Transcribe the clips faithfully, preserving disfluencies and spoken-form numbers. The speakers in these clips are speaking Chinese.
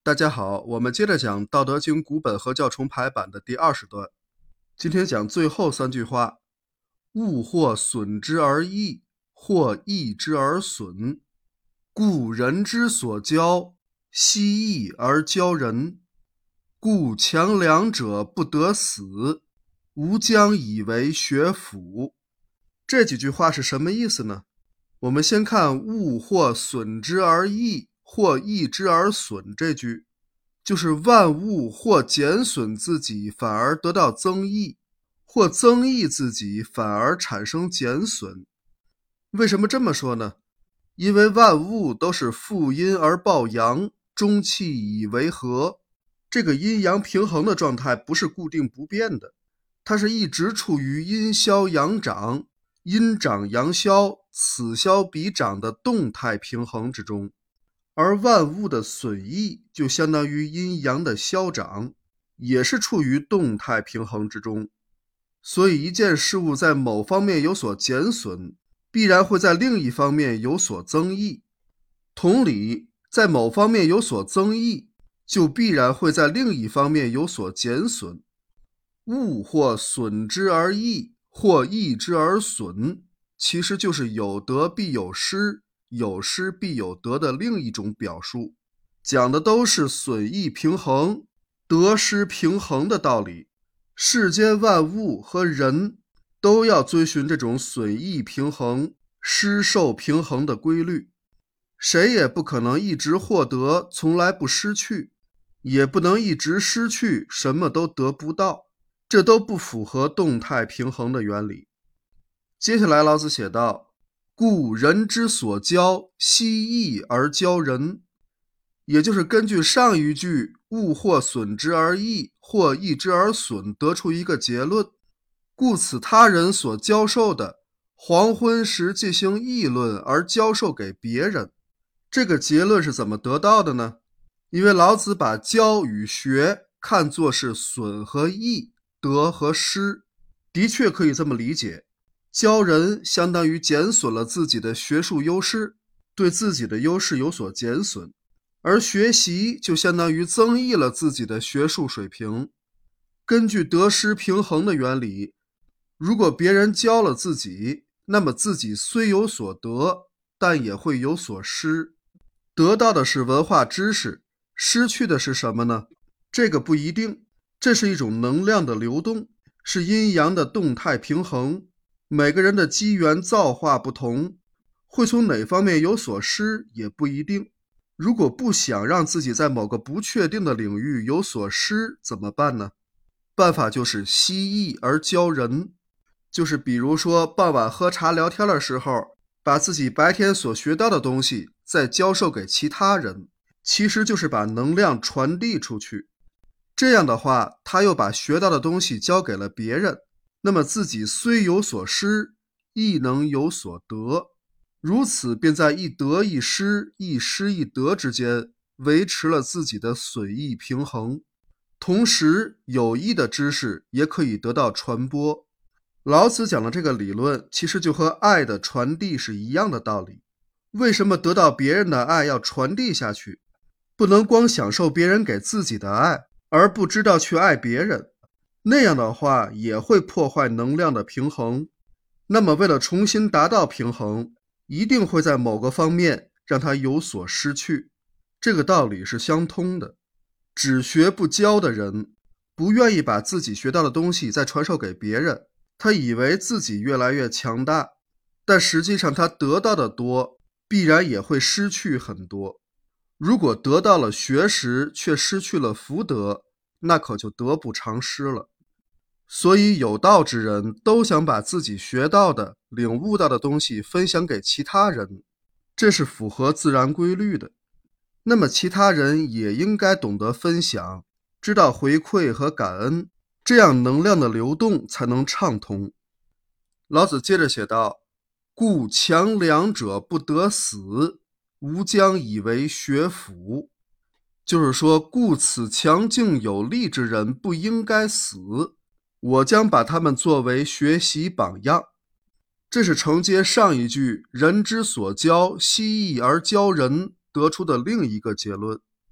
大家好，我们接着讲《道德经》古本和教重排版的第二十段。今天讲最后三句话：物或损之而益，或益之而损。故人之所教，希益而教人。故强梁者不得死，吾将以为学府。这几句话是什么意思呢？我们先看物或损之而益，或益之而损这句，就是万物或减损自己反而得到增益，或增益自己反而产生减损。为什么这么说呢？因为万物都是负阴而抱阳，中气以为和，这个阴阳平衡的状态不是固定不变的，它是一直处于阴消阳长，阴长阳消，此消彼长的动态平衡之中。而万物的损益就相当于阴阳的消长，也是处于动态平衡之中。所以一件事物在某方面有所减损，必然会在另一方面有所增益。同理，在某方面有所增益，就必然会在另一方面有所减损。物或损之而益，或益之而损，其实就是有得必有失，有失必有得的另一种表述，讲的都是损益平衡、得失平衡的道理。世间万物和人都要遵循这种损益平衡、施受平衡的规律，谁也不可能一直获得，从来不失去，也不能一直失去，什么都得不到，这都不符合动态平衡的原理。接下来老子写道：故人之所教，希益而教人。也就是根据上一句物或损之而益，或益之而损得出一个结论，故此他人所教授的，黄昏时进行议论而教授给别人。这个结论是怎么得到的呢？因为老子把教与学看作是损和益，得和失，的确可以这么理解。教人相当于减损了自己的学术优势，对自己的优势有所减损，而学习就相当于增益了自己的学术水平。根据得失平衡的原理，如果别人教了自己，那么自己虽有所得，但也会有所失。得到的是文化知识，失去的是什么呢？这个不一定，这是一种能量的流动，是阴阳的动态平衡。每个人的机缘造化不同，会从哪方面有所失也不一定。如果不想让自己在某个不确定的领域有所失，怎么办呢？办法就是希益而教人，就是比如说傍晚喝茶聊天的时候，把自己白天所学到的东西再教授给其他人，其实就是把能量传递出去。这样的话，他又把学到的东西交给了别人，那么自己虽有所失，亦能有所得，如此便在一得一失、一失一得之间维持了自己的损益平衡。同时，有益的知识也可以得到传播。老子讲的这个理论其实就和爱的传递是一样的道理。为什么得到别人的爱要传递下去？不能光享受别人给自己的爱，而不知道去爱别人，那样的话也会破坏能量的平衡。那么为了重新达到平衡，一定会在某个方面让它有所失去。这个道理是相通的。只学不教的人，不愿意把自己学到的东西再传授给别人，他以为自己越来越强大，但实际上他得到的多，必然也会失去很多。如果得到了学识，却失去了福德，那可就得不偿失了。所以有道之人都想把自己学到的、领悟到的东西分享给其他人，这是符合自然规律的。那么其他人也应该懂得分享，知道回馈和感恩，这样能量的流动才能畅通。老子接着写道：故强梁者不得死，吾将以为学府。就是说，故此强劲有力之人不应该死，我将把他们作为学习榜样。这是承接上一句人之所教，希益而教人得出的另一个结论。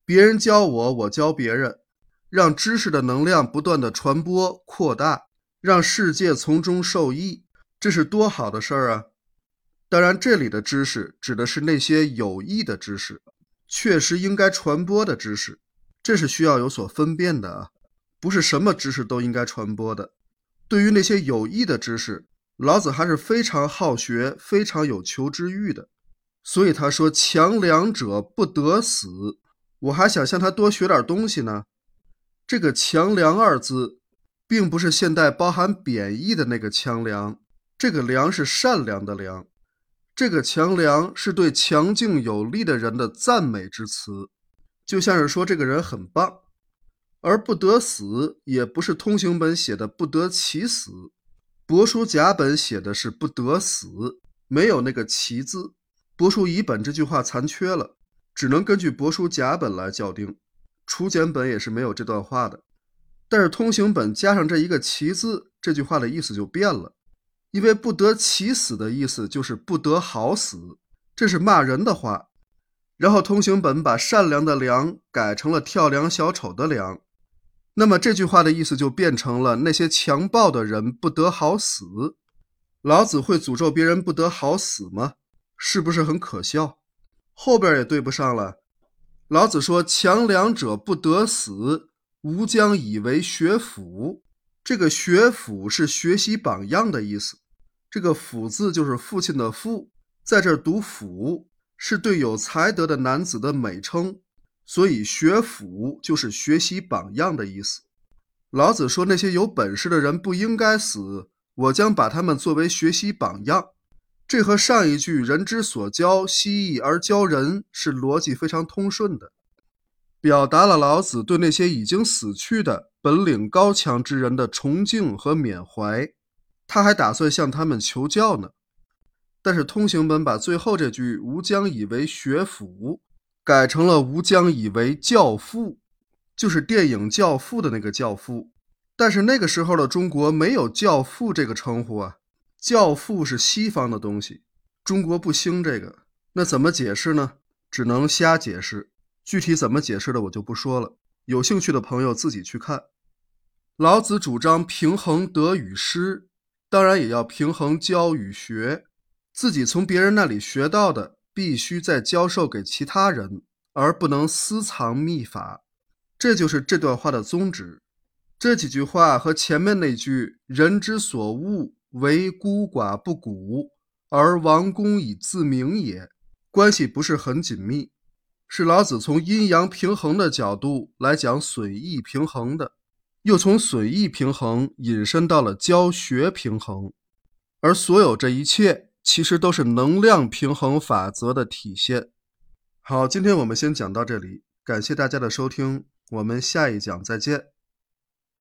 别人教我，我教别人，让知识的能量不断的传播扩大，让世界从中受益，这是多好的事儿啊！当然，这里的知识指的是那些有益的知识，确实应该传播的知识，这是需要有所分辨的啊，不是什么知识都应该传播的。对于那些有益的知识，老子还是非常好学，非常有求知欲的。所以他说强梁者不得死，我还想向他多学点东西呢。这个强梁二字并不是现代包含贬义的那个强梁，这个梁是善良的良，这个强梁是对强劲有力的人的赞美之词，就像是说这个人很棒。而不得死也不是通行本写的不得其死，帛书甲本写的是不得死，没有那个其字。帛书乙本这句话残缺了，只能根据帛书甲本来校订，楚简本也是没有这段话的。但是通行本加上这一个其字，这句话的意思就变了，因为不得其死的意思就是不得好死，这是骂人的话。然后通行本把善良的良改成了跳梁小丑的梁，那么这句话的意思就变成了那些强暴的人不得好死。老子会诅咒别人不得好死吗？是不是很可笑？后边也对不上了。老子说强梁者不得死，吾将以为学辅。这个学辅是学习榜样的意思，这个辅字就是父亲的父，在这儿读辅，是对有才德的男子的美称，所以学辅就是学习榜样的意思。老子说那些有本事的人不应该死，我将把他们作为学习榜样。这和上一句人之所教，希义而教人是逻辑非常通顺的，表达了老子对那些已经死去的本领高强之人的崇敬和缅怀，他还打算向他们求教呢。但是通行本把最后这句吾将以为学辅改成了吾将以为教父，就是电影教父的那个教父。但是那个时候的中国没有教父这个称呼啊，教父是西方的东西，中国不兴这个，那怎么解释呢？只能瞎解释，具体怎么解释的我就不说了，有兴趣的朋友自己去看。老子主张平衡德与失，当然也要平衡教与学，自己从别人那里学到的必须再教授给其他人，而不能私藏秘法，这就是这段话的宗旨。这几句话和前面那句人之所恶，为孤寡不古，而王公以自明也，关系不是很紧密，是老子从阴阳平衡的角度来讲损益平衡的，又从损益平衡引申到了教学平衡，而所有这一切其实都是能量平衡法则的体现。好，今天我们先讲到这里，感谢大家的收听，我们下一讲再见。